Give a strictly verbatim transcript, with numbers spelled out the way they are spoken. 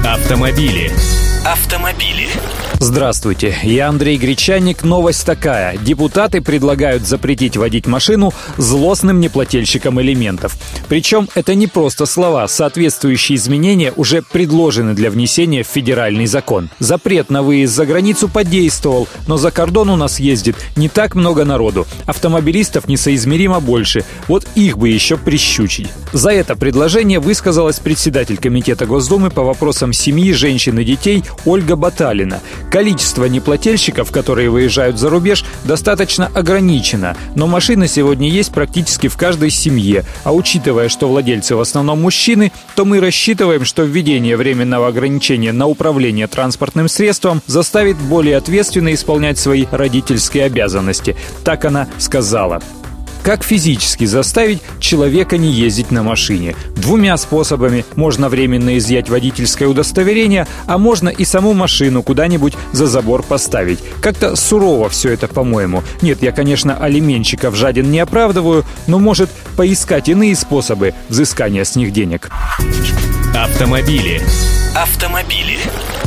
Автомобили. Автомобили. Здравствуйте, я Андрей Гречанник. Новость такая. Депутаты предлагают запретить водить машину злостным неплательщикам элементов. Причем это не просто слова. Соответствующие изменения уже предложены для внесения в федеральный закон. Запрет на выезд за границу подействовал, но за кордон у нас ездит не так много народу. Автомобилистов несоизмеримо больше. Вот их бы еще прищучить. За это предложение высказалась председатель Комитета Госдумы по вопросам семьи, женщин и детей Ольга Баталина. Количество неплательщиков, которые выезжают за рубеж, достаточно ограничено, но машина сегодня есть практически в каждой семье. А учитывая, что владельцы в основном мужчины, то мы рассчитываем, что введение временного ограничения на управление транспортным средством заставит более ответственно исполнять свои родительские обязанности. Так она сказала. Как физически заставить человека не ездить на машине? Двумя способами. Можно временно изъять водительское удостоверение, а можно и саму машину куда-нибудь за забор поставить. Как-то сурово все это, по-моему. Нет, я, конечно, алименщиков жаден не оправдываю, но может поискать иные способы взыскания с них денег. Автомобили. Автомобили.